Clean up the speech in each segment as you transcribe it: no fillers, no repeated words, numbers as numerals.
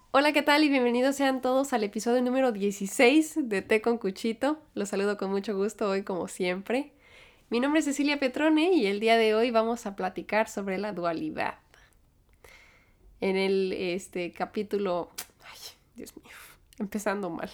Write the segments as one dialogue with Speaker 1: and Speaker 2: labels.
Speaker 1: Hola, ¿qué tal? Y bienvenidos sean todos al episodio número 16 de Té con Cuchito. Los saludo con mucho gusto hoy como siempre. Mi nombre es Cecilia Petrone y el día de hoy vamos a platicar sobre la dualidad. En el capítulo... Ay, Dios mío, empezando mal.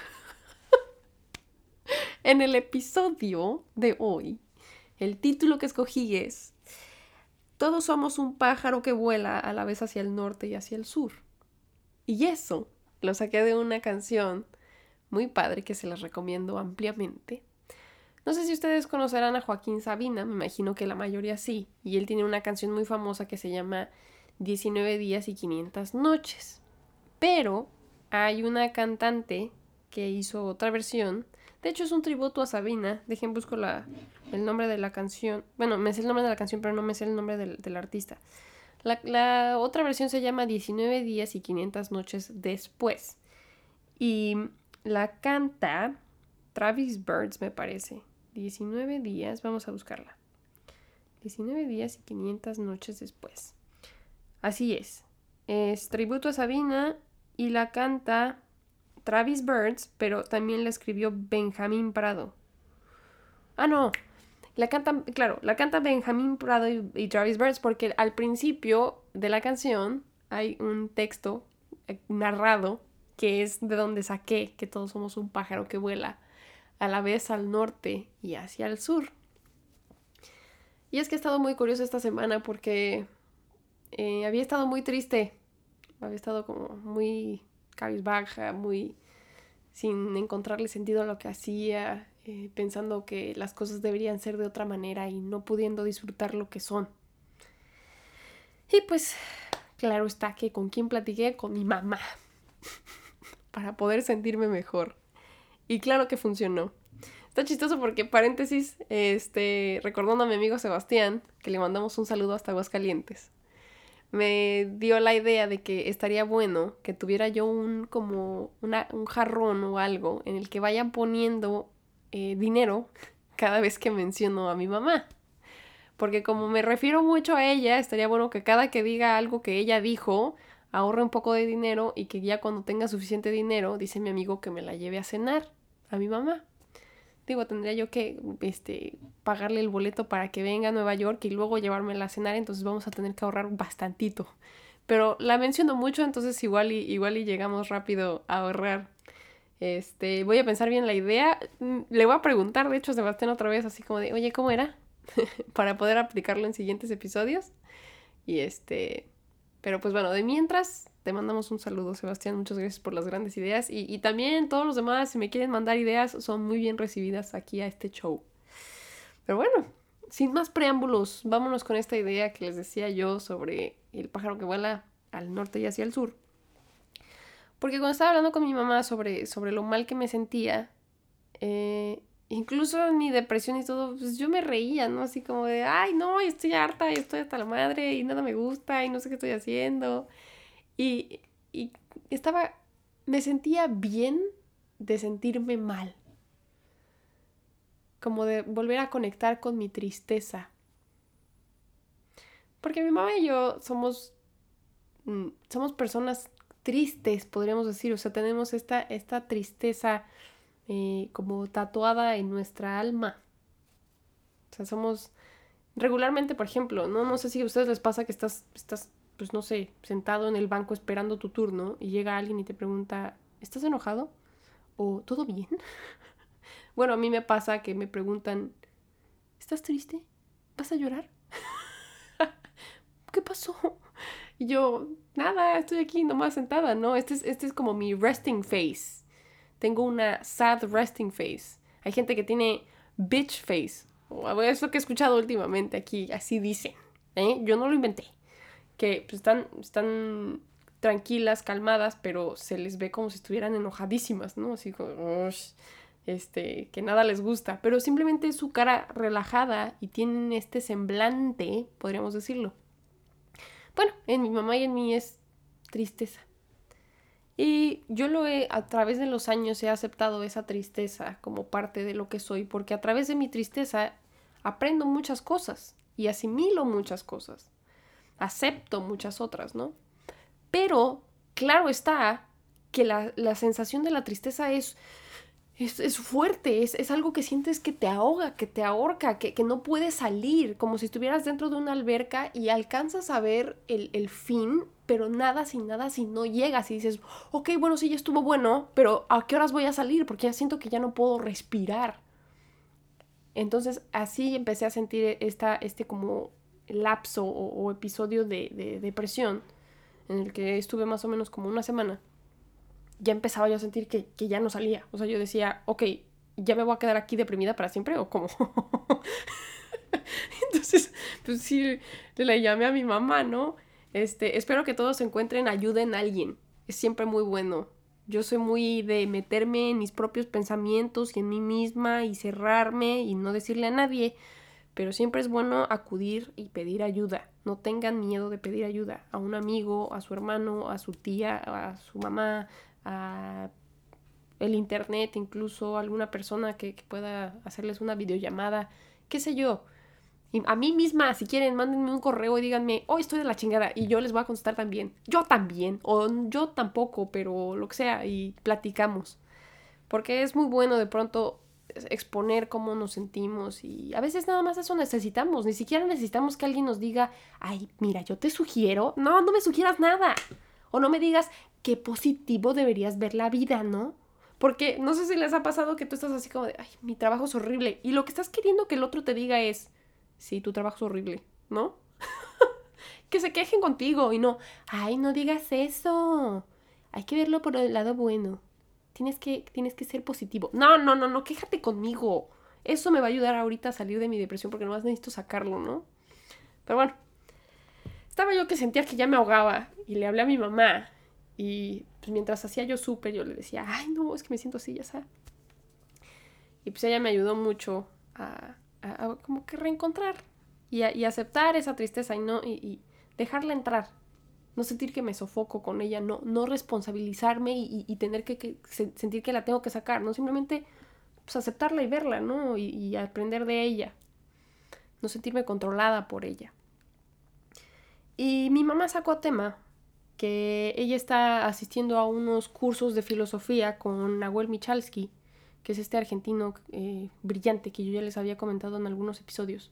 Speaker 1: En el episodio de hoy, el título que escogí es Todos somos un pájaro que vuela a la vez hacia el norte y hacia el sur. Y eso lo saqué de una canción muy padre que se las recomiendo ampliamente. No sé si ustedes conocerán a Joaquín Sabina, me imagino que la mayoría sí, y él tiene una canción muy famosa que se llama 19 días y 500 noches. Pero hay una cantante que hizo otra versión, de hecho es un tributo a Sabina, dejen busco el nombre de la canción, bueno, me sé el nombre de la canción pero no me sé el nombre del artista. La otra versión se llama 19 días y 500 noches después. Y la canta Travis Birds, me parece. 19 días, vamos a buscarla. 19 días y 500 noches después. Así es. Es tributo a Sabina y la canta Travis Birds, pero también la escribió Benjamín Prado. Ah, no. La canta Benjamín Prado y Travis Birds porque al principio de la canción hay un texto narrado que es de donde saqué que todos somos un pájaro que vuela a la vez al norte y hacia el sur. Y es que he estado muy curiosa esta semana porque había estado muy triste, había estado como muy cabizbaja, muy sin encontrarle sentido a lo que hacía, pensando que las cosas deberían ser de otra manera y no pudiendo disfrutar lo que son. Y pues, claro está que con quién platiqué, con mi mamá, para poder sentirme mejor. Y claro que funcionó. Está chistoso porque, paréntesis, recordando a mi amigo Sebastián, que le mandamos un saludo hasta Aguascalientes, me dio la idea de que estaría bueno que tuviera yo un jarrón o algo en el que vayan poniendo dinero cada vez que menciono a mi mamá. Porque como me refiero mucho a ella, estaría bueno que cada que diga algo que ella dijo, ahorre un poco de dinero y que ya cuando tenga suficiente dinero, dice mi amigo que me la lleve a cenar a mi mamá. Digo, tendría yo que pagarle el boleto para que venga a Nueva York y luego llevármela a cenar, entonces vamos a tener que ahorrar bastantito. Pero la menciono mucho, entonces igual y llegamos rápido a ahorrar. Voy a pensar bien la idea. Le voy a preguntar, de hecho, a Sebastián otra vez, así como de, oye, ¿cómo era? Para poder aplicarlo en siguientes episodios. Y pero pues bueno, de mientras, te mandamos un saludo, Sebastián. Muchas gracias por las grandes ideas. Y también todos los demás, si me quieren mandar ideas, son muy bien recibidas aquí a este show. Pero bueno, sin más preámbulos, vámonos con esta idea que les decía yo sobre el pájaro que vuela al norte y hacia el sur. Porque cuando estaba hablando con mi mamá sobre lo mal que me sentía, incluso en mi depresión y todo, pues yo me reía, ¿no? Así como de, ay, no, estoy harta, estoy hasta la madre y nada me gusta y no sé qué estoy haciendo. Y, y estaba, me sentía bien de sentirme mal. Como de volver a conectar con mi tristeza. Porque mi mamá y yo somos personas tristes, podríamos decir. O sea, tenemos esta tristeza como tatuada en nuestra alma. O sea, somos regularmente, por ejemplo, no sé si a ustedes les pasa que estás, pues no sé, sentado en el banco esperando tu turno y llega alguien y te pregunta, ¿estás enojado? ¿O todo bien? Bueno, a mí me pasa que me preguntan, ¿estás triste? ¿Vas a llorar? ¿Qué pasó? Y yo, nada, estoy aquí nomás sentada, ¿no? Este es como mi resting face. Tengo una sad resting face. Hay gente que tiene bitch face. O es lo que he escuchado últimamente aquí, así dicen. Yo no lo inventé. Que pues, están tranquilas, calmadas, pero se les ve como si estuvieran enojadísimas, ¿no? Así como, que nada les gusta. Pero simplemente es su cara relajada y tienen este semblante, podríamos decirlo. Bueno, en mi mamá y en mí es tristeza. Y yo a través de los años he aceptado esa tristeza como parte de lo que soy, porque a través de mi tristeza aprendo muchas cosas y asimilo muchas cosas. Acepto muchas otras, ¿no? Pero claro está que la sensación de la tristeza es fuerte, es algo que sientes que te ahoga, que te ahorca, que no puedes salir, como si estuvieras dentro de una alberca y alcanzas a ver el fin, pero nada, si no llegas y dices, ok, bueno, sí, ya estuvo bueno, pero ¿a qué horas voy a salir? Porque ya siento que ya no puedo respirar. Entonces así empecé a sentir este como lapso o episodio de depresión en el que estuve más o menos como una semana. Ya empezaba yo a sentir que ya no salía. O sea, yo decía, ok, ¿ya me voy a quedar aquí deprimida para siempre o cómo? Entonces, pues sí, le llamé a mi mamá, ¿no? Espero que todos encuentren ayuda en alguien. Es siempre muy bueno. Yo soy muy de meterme en mis propios pensamientos y en mí misma y cerrarme y no decirle a nadie, pero siempre es bueno acudir y pedir ayuda. No tengan miedo de pedir ayuda a un amigo, a su hermano, a su tía, a su mamá, a el internet, incluso alguna persona que pueda hacerles una videollamada, qué sé yo. Y a mí misma, si quieren, mándenme un correo y díganme, hoy estoy de la chingada, y yo les voy a contestar también. Yo también, o yo tampoco, pero lo que sea, y platicamos. Porque es muy bueno de pronto exponer cómo nos sentimos y a veces nada más eso necesitamos. Ni siquiera necesitamos que alguien nos diga, ay, mira, yo te sugiero. No, no me sugieras nada. O no me digas qué positivo deberías ver la vida, ¿no? Porque no sé si les ha pasado que tú estás así como de, ay, mi trabajo es horrible. Y lo que estás queriendo que el otro te diga es, sí, tu trabajo es horrible, ¿no? Que se quejen contigo y no, ay, no digas eso. Hay que verlo por el lado bueno. Tienes que ser positivo. No, no, no, no, quéjate conmigo. Eso me va a ayudar ahorita a salir de mi depresión porque nomás necesito sacarlo, ¿no? Pero bueno, estaba yo que sentía que ya me ahogaba y le hablé a mi mamá y pues mientras hacía yo súper yo le decía, ay, no, es que me siento así, ya sabes. Y pues ella me ayudó mucho a como que reencontrar y aceptar esa tristeza y dejarla entrar. No sentir que me sofoco con ella, no responsabilizarme y tener que sentir que la tengo que sacar, no simplemente pues, aceptarla y verla, ¿no? Y aprender de ella, no sentirme controlada por ella. Y mi mamá sacó a tema que ella está asistiendo a unos cursos de filosofía con Nahuel Michalski, que es este argentino brillante que yo ya les había comentado en algunos episodios.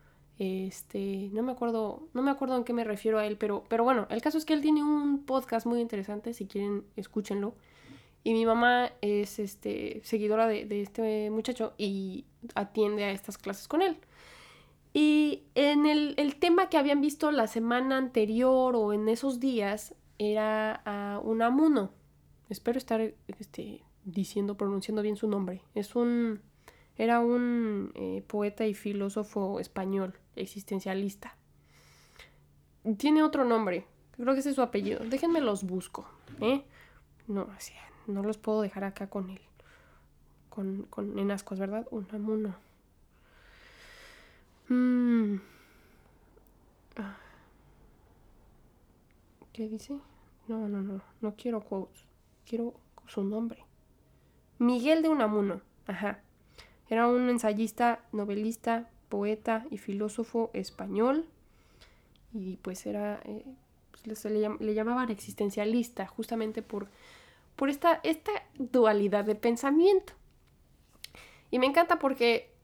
Speaker 1: No me acuerdo en qué me refiero a él, pero bueno, el caso es que él tiene un podcast muy interesante, si quieren, escúchenlo. Y mi mamá es seguidora de este muchacho y atiende a estas clases con él. Y en el tema que habían visto la semana anterior o en esos días era a Unamuno. Espero estar pronunciando bien su nombre. Era un poeta y filósofo español, existencialista. Tiene otro nombre, creo que ese es su apellido. Déjenme los busco, ¿eh? No, así, no los puedo dejar acá con él. En ascuas, ¿verdad? Unamuno. ¿Qué dice? No quiero quotes. Quiero su nombre. Miguel de Unamuno. Ajá. Era un ensayista, novelista, poeta y filósofo español. Y pues era... pues le llamaban existencialista justamente por esta dualidad de pensamiento. Y me encanta porque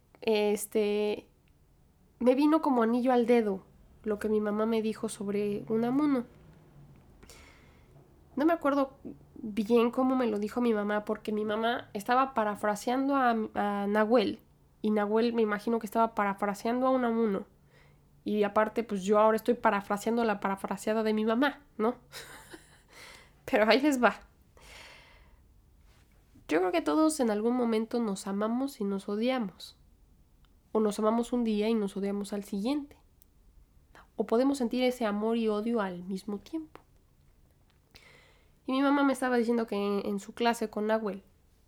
Speaker 1: me vino como anillo al dedo lo que mi mamá me dijo sobre Unamuno. No me acuerdo bien cómo me lo dijo mi mamá, porque mi mamá estaba parafraseando a Nahuel. Y Nahuel me imagino que estaba parafraseando a Unamuno. Y aparte, pues yo ahora estoy parafraseando la parafraseada de mi mamá, ¿no? Pero ahí les va. Yo creo que todos en algún momento nos amamos y nos odiamos. O nos amamos un día y nos odiamos al siguiente. O podemos sentir ese amor y odio al mismo tiempo. Y mi mamá me estaba diciendo que en su clase con Nahuel,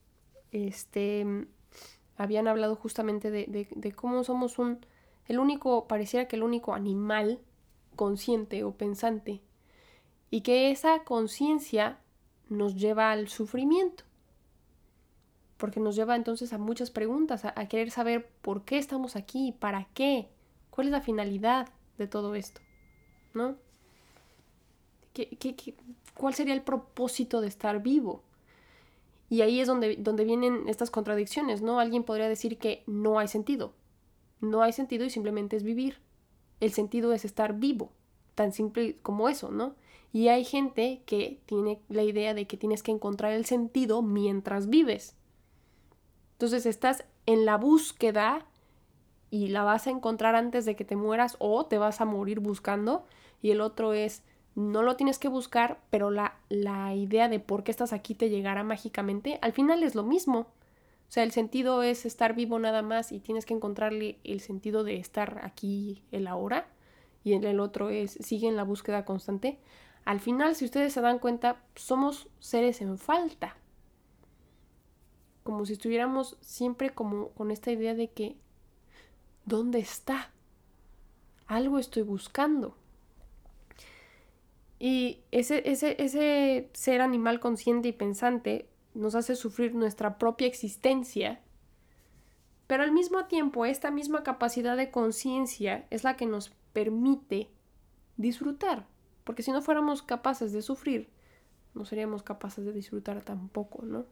Speaker 1: habían hablado justamente de cómo somos pareciera que el único animal consciente o pensante. Y que esa conciencia nos lleva al sufrimiento. Porque nos lleva entonces a muchas preguntas, a querer saber por qué estamos aquí, para qué, cuál es la finalidad de todo esto, ¿no? ¿Cuál sería el propósito de estar vivo? Y ahí es donde vienen estas contradicciones, ¿no? Alguien podría decir que no hay sentido. No hay sentido y simplemente es vivir. El sentido es estar vivo. Tan simple como eso, ¿no? Y hay gente que tiene la idea de que tienes que encontrar el sentido mientras vives. Entonces estás en la búsqueda y la vas a encontrar antes de que te mueras o te vas a morir buscando. Y el otro es, no lo tienes que buscar, pero la idea de por qué estás aquí te llegará mágicamente. Al final es lo mismo. O sea, el sentido es estar vivo nada más y tienes que encontrarle el sentido de estar aquí, el ahora. Y el otro es, sigue en la búsqueda constante. Al final, si ustedes se dan cuenta, somos seres en falta. Como si estuviéramos siempre como con esta idea de que, ¿dónde está? Algo estoy buscando. Y ese ser animal consciente y pensante nos hace sufrir nuestra propia existencia, pero al mismo tiempo esta misma capacidad de conciencia es la que nos permite disfrutar, porque si no fuéramos capaces de sufrir, no seríamos capaces de disfrutar tampoco, ¿no?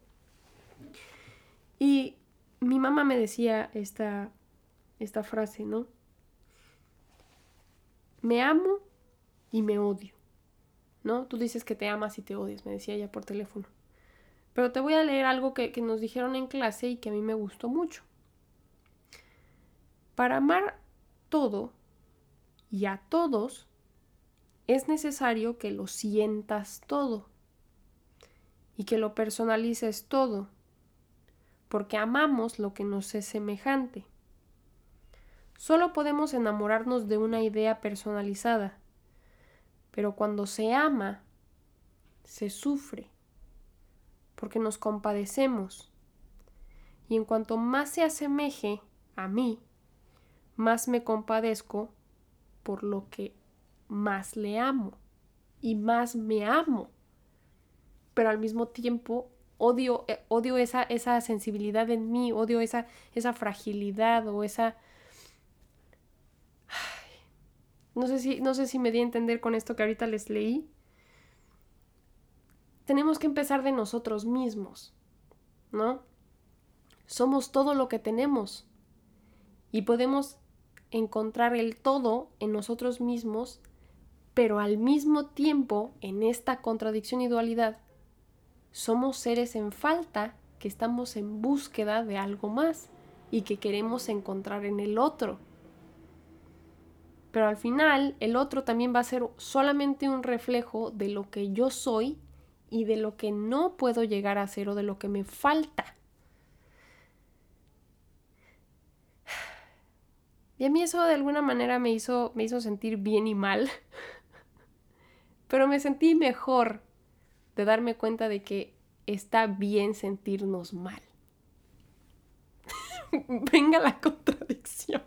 Speaker 1: Y mi mamá me decía esta frase, ¿no? Me amo y me odio, ¿no? Tú dices que te amas y te odias, me decía ella por teléfono. Pero te voy a leer algo que nos dijeron en clase y que a mí me gustó mucho. Para amar todo y a todos es necesario que lo sientas todo y que lo personalices todo, porque amamos lo que nos es semejante. Solo podemos enamorarnos de una idea personalizada, pero cuando se ama, se sufre, porque nos compadecemos, y en cuanto más se asemeje a mí, más me compadezco por lo que más le amo y más me amo. Pero al mismo tiempo odio esa sensibilidad en mí, odio esa fragilidad o esa... No sé si me di a entender con esto que ahorita les leí. Tenemos que empezar de nosotros mismos, ¿no? Somos todo lo que tenemos y podemos encontrar el todo en nosotros mismos, pero al mismo tiempo, en esta contradicción y dualidad, somos seres en falta que estamos en búsqueda de algo más y que queremos encontrar en el otro. Pero al final, el otro también va a ser solamente un reflejo de lo que yo soy y de lo que no puedo llegar a ser o de lo que me falta. Y a mí eso de alguna manera me hizo sentir bien y mal. Pero me sentí mejor de darme cuenta de que está bien sentirnos mal. Venga la contradicción.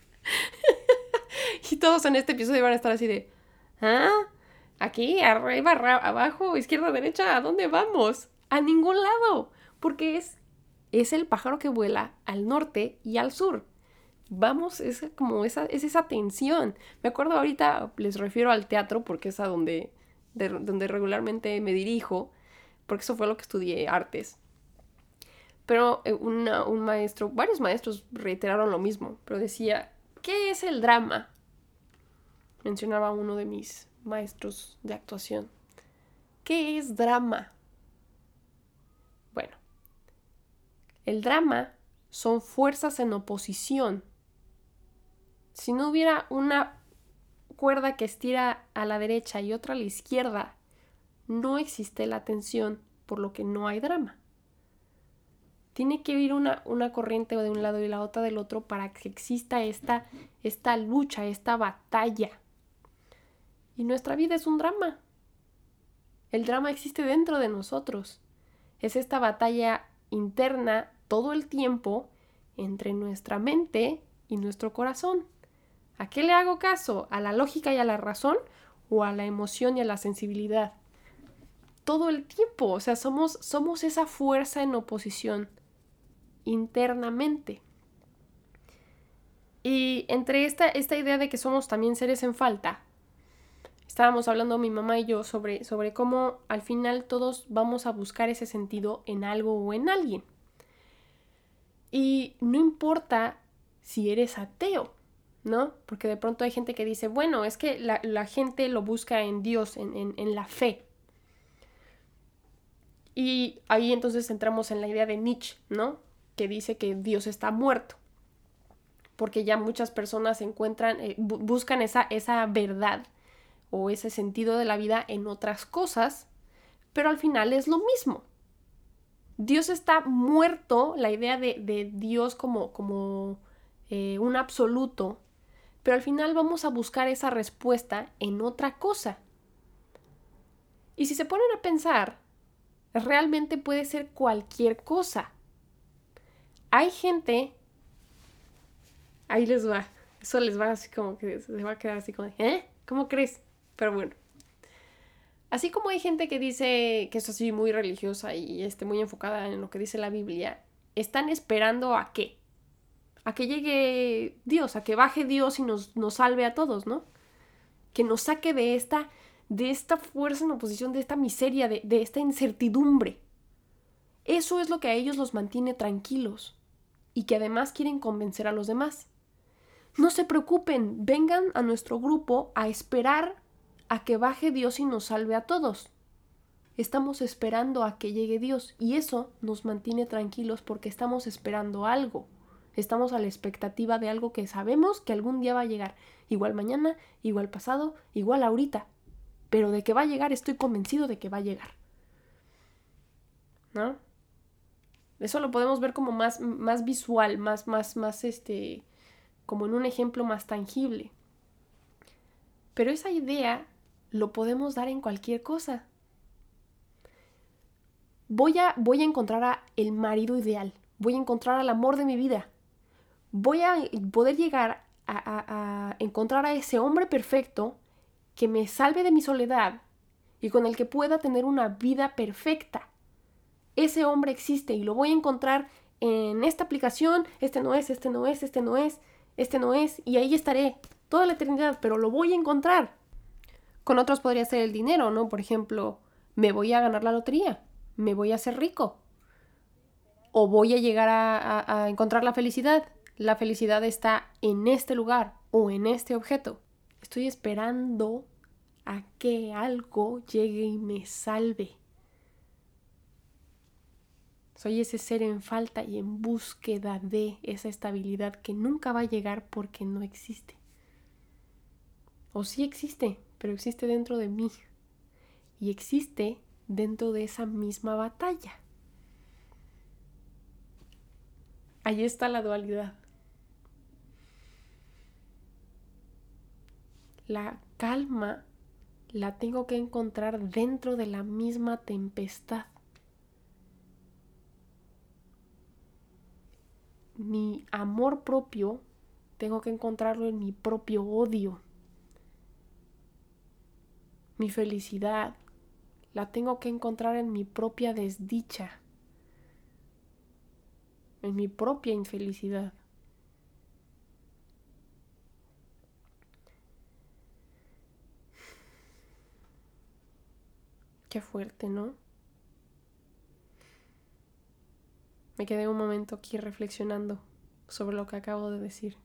Speaker 1: Y todos en este episodio van a estar así de, ¿ah? ¿Aquí? ¿Arriba? ¿Abajo? ¿Izquierda? ¿Derecha? ¿A dónde vamos? A ningún lado. Porque es el pájaro que vuela al norte y al sur. Vamos, es esa tensión. Me acuerdo ahorita, les refiero al teatro porque es a donde regularmente me dirijo, porque eso fue lo que estudié, artes. Pero un maestro, varios maestros reiteraron lo mismo, pero decía, ¿qué es el drama? Mencionaba uno de mis maestros de actuación. ¿Qué es drama? Bueno, el drama son fuerzas en oposición. Si no hubiera una cuerda que estira a la derecha y otra a la izquierda, no existe la tensión, por lo que no hay drama. Tiene que ir una corriente de un lado y la otra del otro para que exista esta lucha, esta batalla. Y nuestra vida es un drama. El drama existe dentro de nosotros. Es esta batalla interna todo el tiempo entre nuestra mente y nuestro corazón. ¿A qué le hago caso? ¿A la lógica y a la razón o a la emoción y a la sensibilidad? Todo el tiempo, o sea, somos esa fuerza en oposición internamente. Y entre esta idea de que somos también seres en falta, estábamos hablando mi mamá y yo sobre cómo al final todos vamos a buscar ese sentido en algo o en alguien. Y no importa si eres ateo, ¿no? Porque de pronto hay gente que dice, bueno, es que la gente lo busca en Dios, en la fe. Y ahí entonces entramos en la idea de Nietzsche, ¿no? Que dice que Dios está muerto. Porque ya muchas personas encuentran, buscan esa verdad o ese sentido de la vida en otras cosas, pero al final es lo mismo. Dios está muerto, la idea de Dios como un absoluto, pero al final vamos a buscar esa respuesta en otra cosa. Y si se ponen a pensar, realmente puede ser cualquier cosa. Hay gente, ahí les va, eso les va así como que se va a quedar así como, ¿eh? ¿Cómo crees? Pero bueno. Así como hay gente que dice que es así muy religiosa y muy enfocada en lo que dice la Biblia, están esperando ¿a qué? A que llegue Dios, a que baje Dios y nos salve a todos, ¿no? Que nos saque de esta fuerza en oposición, de esta miseria, de esta incertidumbre. Eso es lo que a ellos los mantiene tranquilos y que además quieren convencer a los demás. No se preocupen, vengan a nuestro grupo a esperar a que baje Dios y nos salve a todos. Estamos esperando a que llegue Dios y eso nos mantiene tranquilos porque estamos esperando algo. Estamos a la expectativa de algo que sabemos que algún día va a llegar. Igual mañana, igual pasado, igual ahorita. Pero de que va a llegar, estoy convencido de que va a llegar. ¿No? Eso lo podemos ver como más visual, más como en un ejemplo más tangible. Pero esa idea lo podemos dar en cualquier cosa. Voy a encontrar a el marido ideal. Voy a encontrar al amor de mi vida. Voy a poder llegar a encontrar a ese hombre perfecto que me salve de mi soledad y con el que pueda tener una vida perfecta. Ese hombre existe y lo voy a encontrar en esta aplicación. Este no es, este no es, este no es, este no es. Y ahí estaré toda la eternidad, pero lo voy a encontrar. Con otros podría ser el dinero, ¿no? Por ejemplo, me voy a ganar la lotería. Me voy a hacer rico. O voy a llegar a encontrar la felicidad. La felicidad está en este lugar o en este objeto. Estoy esperando a que algo llegue y me salve. Soy ese ser en falta y en búsqueda de esa estabilidad que nunca va a llegar porque no existe. O sí existe, pero existe dentro de mí. Y existe dentro de esa misma batalla. Ahí está la dualidad. La calma la tengo que encontrar dentro de la misma tempestad. Mi amor propio tengo que encontrarlo en mi propio odio. Mi felicidad la tengo que encontrar en mi propia desdicha, en mi propia infelicidad. Qué fuerte, ¿no? Me quedé un momento aquí reflexionando sobre lo que acabo de decir.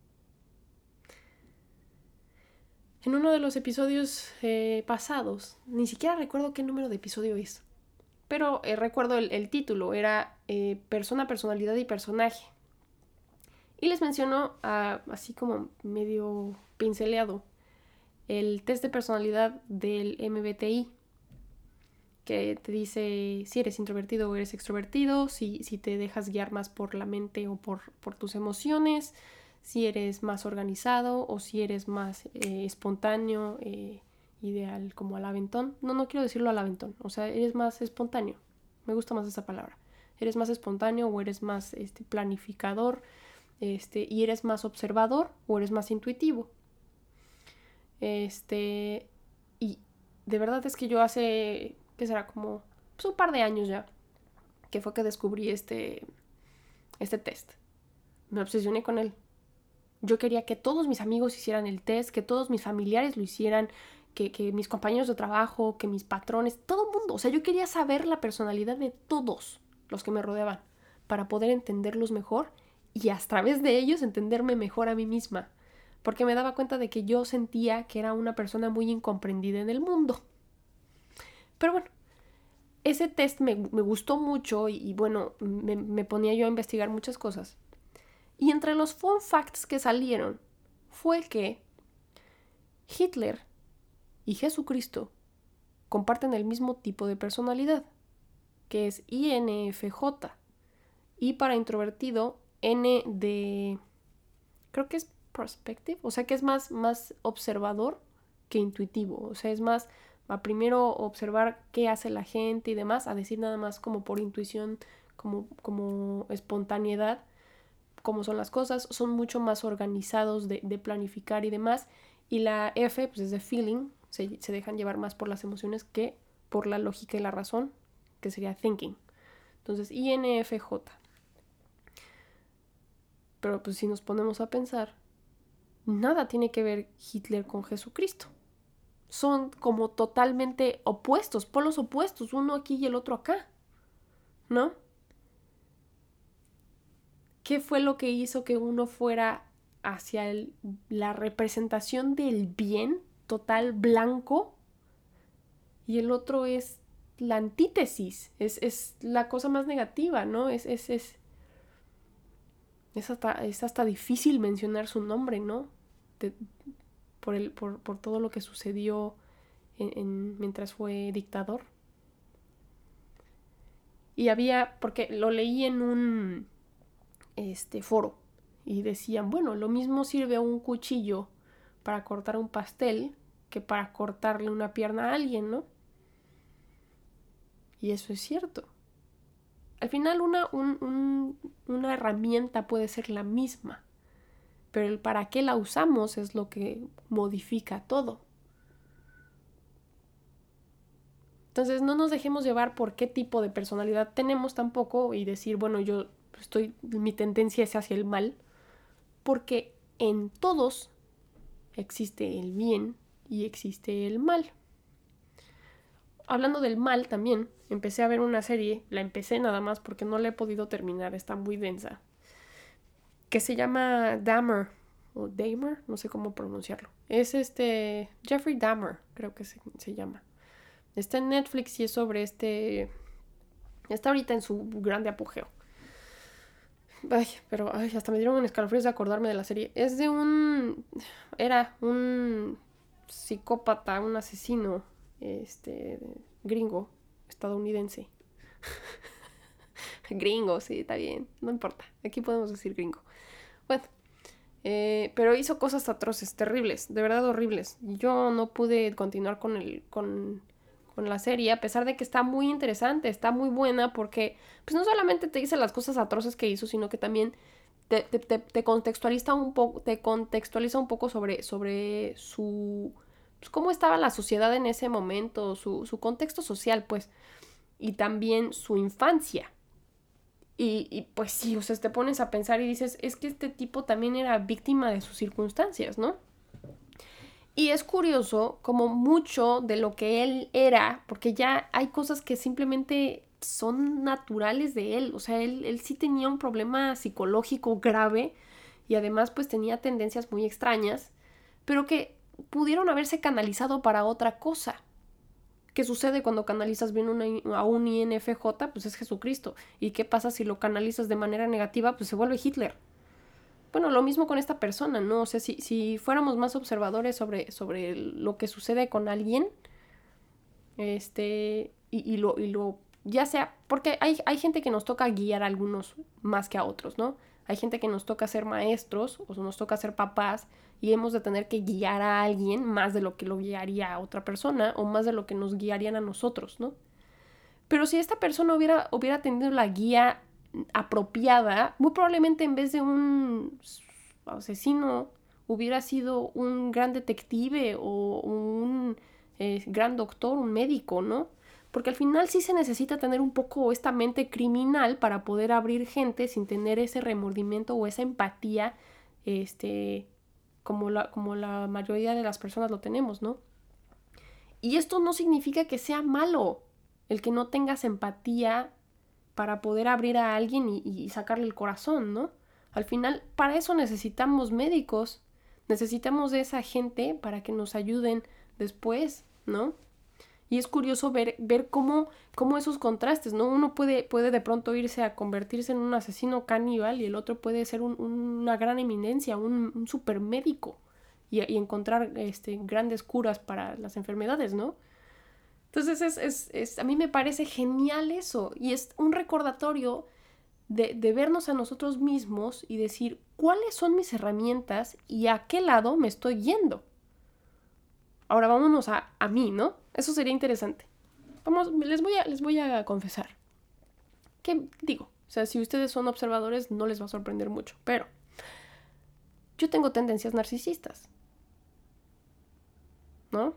Speaker 1: En uno de los episodios pasados, ni siquiera recuerdo qué número de episodio es, pero recuerdo el título, era Persona, Personalidad y Personaje. Y les menciono, así como medio pinceleado, el test de personalidad del MBTI, que te dice si eres introvertido o eres extrovertido, si te dejas guiar más por la mente o por tus emociones, si eres más organizado o si eres más espontáneo, ideal, como al aventón. No quiero decirlo al aventón, o sea, eres más espontáneo. Me gusta más esa palabra. Eres más espontáneo o eres más planificador, y eres más observador o eres más intuitivo. Y de verdad es que yo hace, ¿qué será? Como pues, un par de años ya, que fue que descubrí este test. Me obsesioné con él. Yo quería que todos mis amigos hicieran el test, que todos mis familiares lo hicieran, que mis compañeros de trabajo, que mis patrones, todo el mundo. O sea, yo quería saber la personalidad de todos los que me rodeaban para poder entenderlos mejor y a través de ellos entenderme mejor a mí misma. Porque me daba cuenta de que yo sentía que era una persona muy incomprendida en el mundo. Pero bueno, ese test me gustó mucho y bueno, me ponía yo a investigar muchas cosas. Y entre los fun facts que salieron fue que Hitler y Jesucristo comparten el mismo tipo de personalidad, que es INFJ. Y para introvertido, N de... creo que es perspective, o sea que es más observador que intuitivo. O sea, es más a primero observar qué hace la gente y demás, a decir nada más como por intuición, como espontaneidad, cómo son las cosas. Son mucho más organizados de planificar y demás. Y la F, pues es de feeling, se dejan llevar más por las emociones que por la lógica y la razón, que sería thinking. Entonces, INFJ. Pero pues si nos ponemos a pensar, nada tiene que ver Hitler con Jesucristo. Son como totalmente opuestos, polos opuestos, uno aquí y el otro acá, ¿no? ¿Qué fue lo que hizo que uno fuera hacia la representación del bien total blanco y el otro es la antítesis, es la cosa más negativa, ¿no? Es hasta difícil mencionar su nombre, ¿no? Por todo lo que sucedió mientras fue dictador. Y porque lo leí en un foro y decían, bueno, lo mismo sirve un cuchillo para cortar un pastel que para cortarle una pierna a alguien, ¿no? Y eso es cierto. Al final una herramienta puede ser la misma, pero el para qué la usamos es lo que modifica todo. Entonces no nos dejemos llevar por qué tipo de personalidad tenemos tampoco y decir, bueno, mi tendencia es hacia el mal, porque en todos existe el bien y existe el mal. Hablando del mal también, empecé a ver una serie, la empecé nada más porque no la he podido terminar, está muy densa, que se llama Dahmer, o Dahmer, no sé cómo pronunciarlo. Es Jeffrey Dahmer, creo que se llama. Está en Netflix y es sobre está ahorita en su grande apogeo. Pero hasta me dieron escalofríos de acordarme de la serie. Es de era un psicópata, un asesino, gringo, estadounidense. Gringo, sí, está bien, no importa. Aquí podemos decir gringo. Bueno, pero hizo cosas atroces, terribles, de verdad horribles. Yo no pude continuar con la serie, a pesar de que está muy interesante, está muy buena, porque pues no solamente te dice las cosas atroces que hizo, sino que también te contextualiza un poco sobre su pues, cómo estaba la sociedad en ese momento, su contexto social, pues, y también su infancia. Y pues sí, o sea, te pones a pensar y dices, es que este tipo también era víctima de sus circunstancias, ¿no? Y es curioso como mucho de lo que él era, porque ya hay cosas que simplemente son naturales de él. O sea, él sí tenía un problema psicológico grave y además pues tenía tendencias muy extrañas, pero que pudieron haberse canalizado para otra cosa. ¿Qué sucede cuando canalizas bien a un INFJ? Pues es Jesucristo. ¿Y qué pasa si lo canalizas de manera negativa? Pues se vuelve Hitler. Bueno, lo mismo con esta persona, ¿no? O sea, si fuéramos más observadores sobre lo que sucede con alguien, y lo ya sea, porque hay gente que nos toca guiar a algunos más que a otros, ¿no? Hay gente que nos toca ser maestros o nos toca ser papás y hemos de tener que guiar a alguien más de lo que lo guiaría a otra persona o más de lo que nos guiarían a nosotros, ¿no? Pero si esta persona hubiera tenido la guía apropiada, muy probablemente en vez de un asesino hubiera sido un gran detective o un gran doctor, un médico, ¿no? Porque al final sí se necesita tener un poco esta mente criminal para poder abrir gente sin tener ese remordimiento o esa empatía, como la mayoría de las personas lo tenemos, ¿no? Y esto no significa que sea malo el que no tengas empatía para poder abrir a alguien y sacarle el corazón, ¿no? Al final, para eso necesitamos médicos, necesitamos de esa gente para que nos ayuden después, ¿no? Y es curioso ver cómo esos contrastes, ¿no? Uno puede de pronto irse a convertirse en un asesino caníbal y el otro puede ser una gran eminencia, un supermédico y encontrar grandes curas para las enfermedades, ¿no? Entonces a mí me parece genial eso y es un recordatorio de vernos a nosotros mismos y decir cuáles son mis herramientas y a qué lado me estoy yendo. Ahora vámonos a mí, ¿no? Eso sería interesante. Les voy a confesar. ¿Qué digo? O sea, si ustedes son observadores no les va a sorprender mucho, pero yo tengo tendencias narcisistas, ¿no?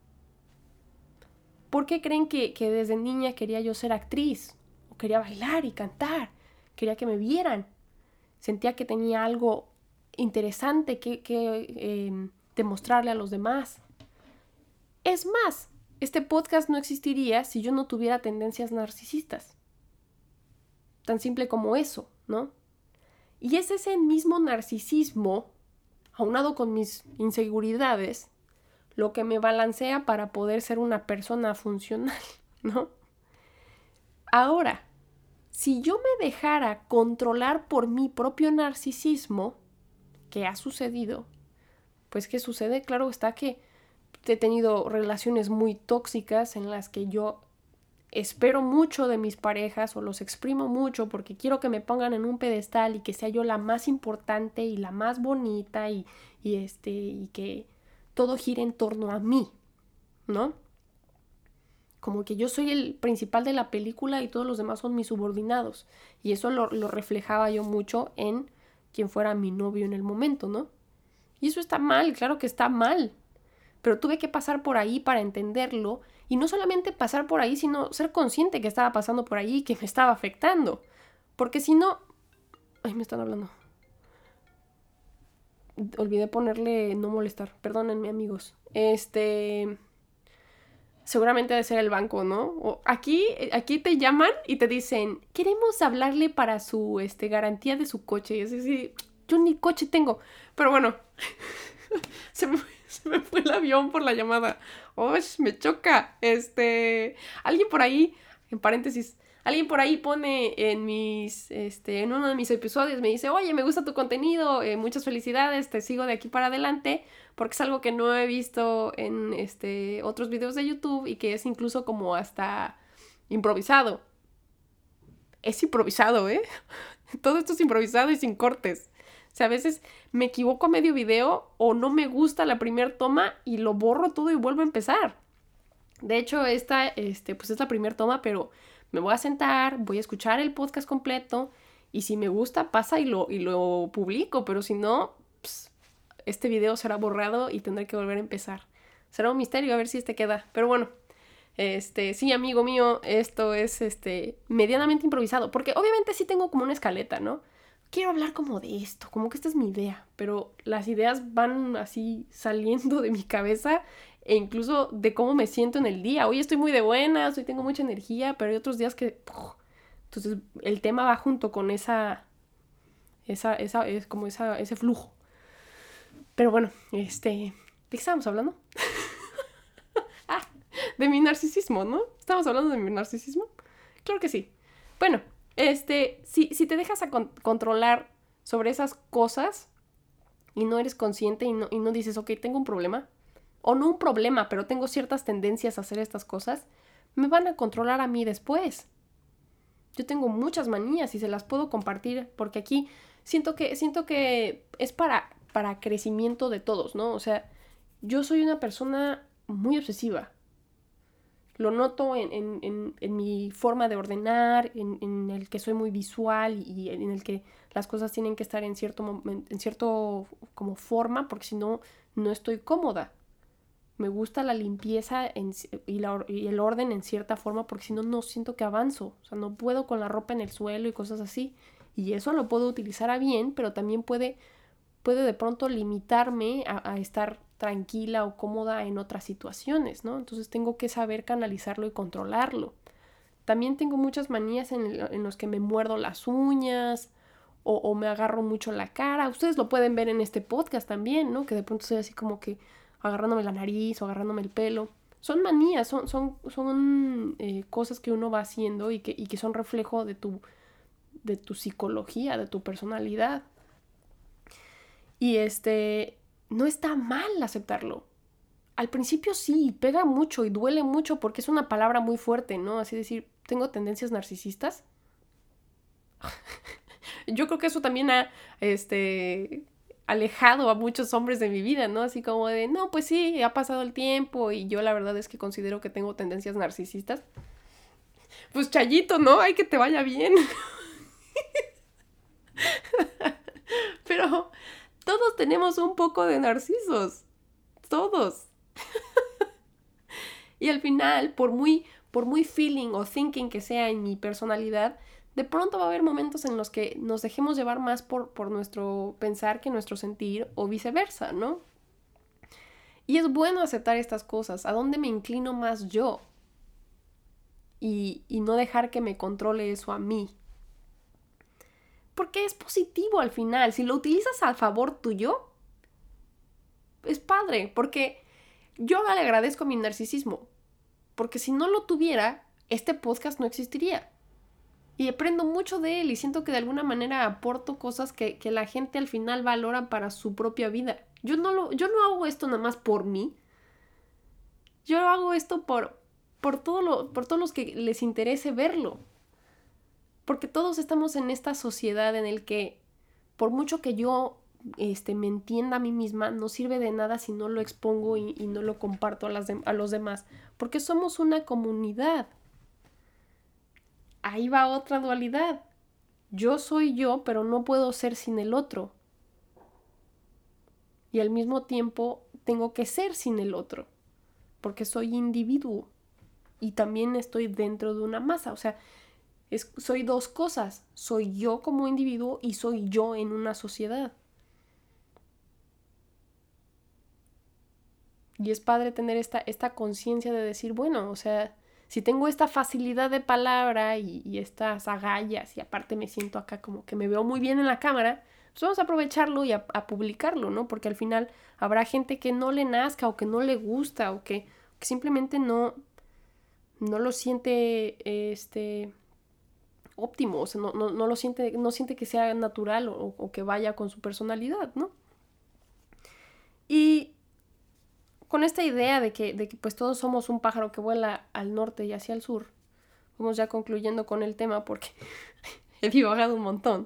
Speaker 1: ¿Por qué creen que desde niña quería yo ser actriz? O quería bailar y cantar. Quería que me vieran. Sentía que tenía algo interesante que demostrarle a los demás. Es más, este podcast no existiría si yo no tuviera tendencias narcisistas. Tan simple como eso, ¿no? Y es ese mismo narcisismo, aunado con mis inseguridades, lo que me balancea para poder ser una persona funcional, ¿no? Ahora, si yo me dejara controlar por mi propio narcisismo, ¿qué ha sucedido? Pues ¿qué sucede? Claro está que he tenido relaciones muy tóxicas en las que yo espero mucho de mis parejas o los exprimo mucho porque quiero que me pongan en un pedestal y que sea yo la más importante y la más bonita y que todo gire en torno a mí, ¿no? Como que yo soy el principal de la película y todos los demás son mis subordinados. Y eso lo reflejaba yo mucho en quien fuera mi novio en el momento, ¿no? Y eso está mal, claro que está mal. Pero tuve que pasar por ahí para entenderlo. Y no solamente pasar por ahí, sino ser consciente que estaba pasando por ahí y que me estaba afectando. Porque si no... Ay, me están hablando. Olvidé ponerle no molestar. Perdónenme, amigos. Seguramente debe ser el banco, ¿no? O aquí te llaman y te dicen, queremos hablarle para su garantía de su coche. Y es decir, yo ni coche tengo. Pero bueno, se me fue el avión por la llamada. ¡Oh, me choca! Alguien por ahí, en paréntesis, alguien por ahí pone en uno de mis episodios, me dice, oye, me gusta tu contenido, muchas felicidades, te sigo de aquí para adelante, porque es algo que no he visto en otros videos de YouTube y que es incluso como hasta improvisado. Es improvisado, ¿eh? Todo esto es improvisado y sin cortes. O sea, a veces me equivoco a medio video o no me gusta la primera toma y lo borro todo y vuelvo a empezar. De hecho, esta pues es la primera toma, pero me voy a sentar, voy a escuchar el podcast completo y si me gusta pasa y lo publico, pero si no, pues, este video será borrado y tendré que volver a empezar. Será un misterio a ver si queda. Pero bueno, sí, amigo mío, esto es medianamente improvisado, porque obviamente sí tengo como una escaleta, ¿no? Quiero hablar como de esto, como que esta es mi idea, pero las ideas van así saliendo de mi cabeza e incluso de cómo me siento en el día. Hoy estoy muy de buenas, hoy tengo mucha energía, pero hay otros días que... Entonces el tema va junto con es como ese flujo. Pero bueno, ¿de qué estábamos hablando? De mi narcisismo, ¿no? ¿Estamos hablando de mi narcisismo? Claro que sí. Bueno, si te dejas controlar sobre esas cosas y no eres consciente y no dices, ok, tengo un problema, o no un problema, pero tengo ciertas tendencias a hacer estas cosas, me van a controlar a mí después. Yo tengo muchas manías y se las puedo compartir porque aquí siento que es para crecimiento de todos, ¿no? O sea, yo soy una persona muy obsesiva. Lo noto en mi forma de ordenar, en el que soy muy visual y en el que las cosas tienen que estar en cierto como forma, porque si no, no estoy cómoda. Me gusta la limpieza y el orden en cierta forma, porque si no, no siento que avanzo. O sea, no puedo con la ropa en el suelo y cosas así. Y eso lo puedo utilizar a bien, pero también puede de pronto limitarme a estar tranquila o cómoda en otras situaciones, ¿no? Entonces tengo que saber canalizarlo y controlarlo. También tengo muchas manías en los que me muerdo las uñas o me agarro mucho la cara. Ustedes lo pueden ver en este podcast también, ¿no? Que de pronto estoy así como que agarrándome la nariz o agarrándome el pelo. Son manías, son cosas que uno va haciendo y que son reflejo de tu psicología, de tu personalidad. Y no está mal aceptarlo. Al principio sí, pega mucho y duele mucho porque es una palabra muy fuerte, ¿no? Así decir, tengo tendencias narcisistas. Yo creo que eso también ha, alejado a muchos hombres de mi vida, ¿no? Así como de, no, pues sí, ha pasado el tiempo y yo la verdad es que considero que tengo tendencias narcisistas. Pues Chayito, ¿no? Hay que te vaya bien. Pero todos tenemos un poco de narcisos. Todos. Y al final, por muy feeling o thinking que sea en mi personalidad, de pronto va a haber momentos en los que nos dejemos llevar más por nuestro pensar que nuestro sentir o viceversa, ¿no? Y es bueno aceptar estas cosas, a dónde me inclino más yo y no dejar que me controle eso a mí. Porque es positivo al final, si lo utilizas a favor tuyo, es padre, porque yo le agradezco mi narcisismo, porque si no lo tuviera, este podcast no existiría. Y aprendo mucho de él y siento que de alguna manera aporto cosas que la gente al final valora para su propia vida. Yo no hago esto nada más por mí. Yo hago esto por todos los que les interese verlo. Porque todos estamos en esta sociedad en el que por mucho que yo me entienda a mí misma, no sirve de nada si no lo expongo y no lo comparto a los demás. Porque somos una comunidad. Ahí va otra dualidad. Yo soy yo, pero no puedo ser sin el otro. Y al mismo tiempo tengo que ser sin el otro, porque soy individuo y también estoy dentro de una masa. O sea, soy dos cosas. Soy yo como individuo y soy yo en una sociedad. Y es padre tener esta conciencia de decir, bueno, o sea, si tengo esta facilidad de palabra y estas agallas y aparte me siento acá como que me veo muy bien en la cámara, pues vamos a aprovecharlo y a publicarlo, ¿no? Porque al final habrá gente que no le nazca o que no le gusta o que simplemente no lo siente óptimo, o sea, no lo siente, no siente que sea natural o que vaya con su personalidad, ¿no? Y con esta idea de que pues todos somos un pájaro que vuela al norte y hacia el sur, vamos ya concluyendo con el tema porque he divagado un montón.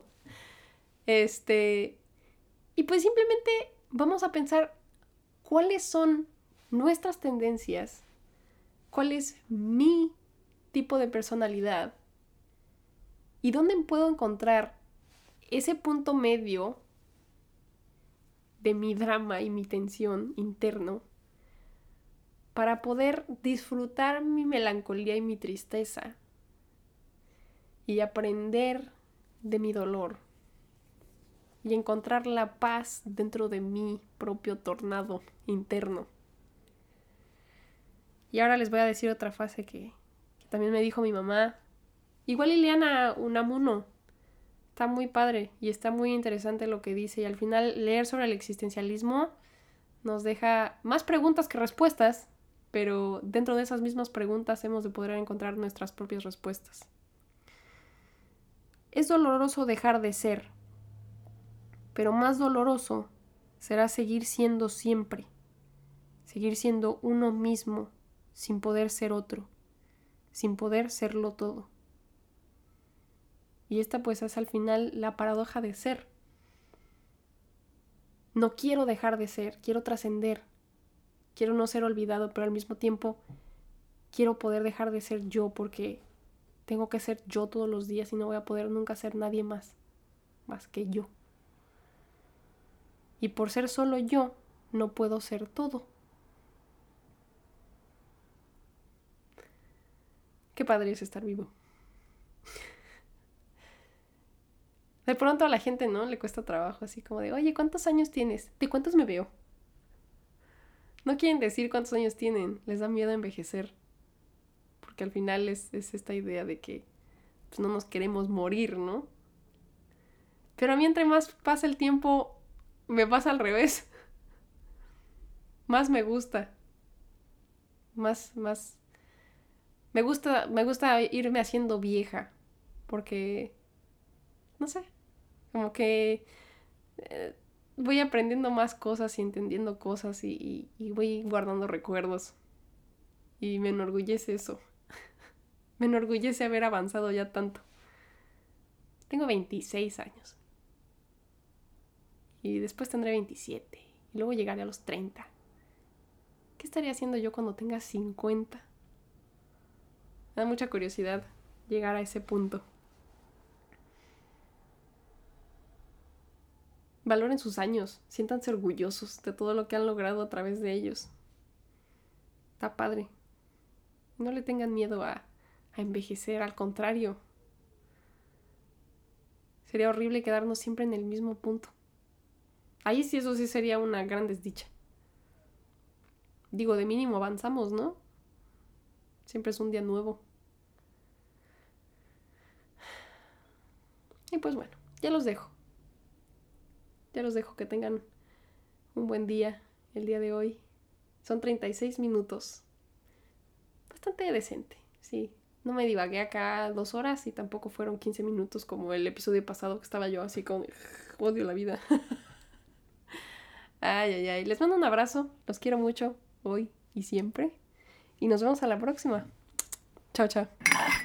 Speaker 1: Y pues simplemente vamos a pensar cuáles son nuestras tendencias, cuál es mi tipo de personalidad y dónde puedo encontrar ese punto medio de mi drama y mi tensión interno para poder disfrutar mi melancolía y mi tristeza y aprender de mi dolor y encontrar la paz dentro de mi propio tornado interno. Y ahora les voy a decir otra frase que también me dijo mi mamá. Igual Ileana Unamuno. Está muy padre y está muy interesante lo que dice. Y al final leer sobre el existencialismo nos deja más preguntas que respuestas, pero dentro de esas mismas preguntas hemos de poder encontrar nuestras propias respuestas. Es doloroso dejar de ser, pero más doloroso será seguir siendo siempre, seguir siendo uno mismo, sin poder ser otro, sin poder serlo todo. Y esta pues es al final la paradoja de ser. No quiero dejar de ser, quiero trascender, quiero no ser olvidado, pero al mismo tiempo quiero poder dejar de ser yo porque tengo que ser yo todos los días y no voy a poder nunca ser nadie más que yo. Y por ser solo yo, no puedo ser todo. Qué padre es estar vivo. De pronto a la gente, ¿no? Le cuesta trabajo, así como de, oye, ¿cuántos años tienes? ¿De cuántos me veo? No quieren decir cuántos años tienen, les da miedo envejecer. Porque al final es esta idea de que pues, no nos queremos morir, ¿no? Pero a mí entre más pasa el tiempo, me pasa al revés. Más me gusta. Más. Me gusta irme haciendo vieja. Porque, no sé, como que voy aprendiendo más cosas y entendiendo cosas y voy guardando recuerdos. Y me enorgullece eso. Me enorgullece haber avanzado ya tanto. Tengo 26 años. Y después tendré 27. Y luego llegaré a los 30. ¿Qué estaría haciendo yo cuando tenga 50? Me da mucha curiosidad llegar a ese punto. Valoren sus años. Siéntanse orgullosos de todo lo que han logrado a través de ellos. Está padre. No le tengan miedo a envejecer. Al contrario. Sería horrible quedarnos siempre en el mismo punto. Ahí sí, eso sí sería una gran desdicha. Digo, de mínimo avanzamos, ¿no? Siempre es un día nuevo. Y pues bueno, ya los dejo. Ya los dejo que tengan un buen día el día de hoy. Son 36 minutos. Bastante decente, sí. No me divagué acá 2 horas y tampoco fueron 15 minutos como el episodio pasado que estaba yo así con odio la vida. Ay. Les mando un abrazo. Los quiero mucho hoy y siempre. Y nos vemos a la próxima. Chao.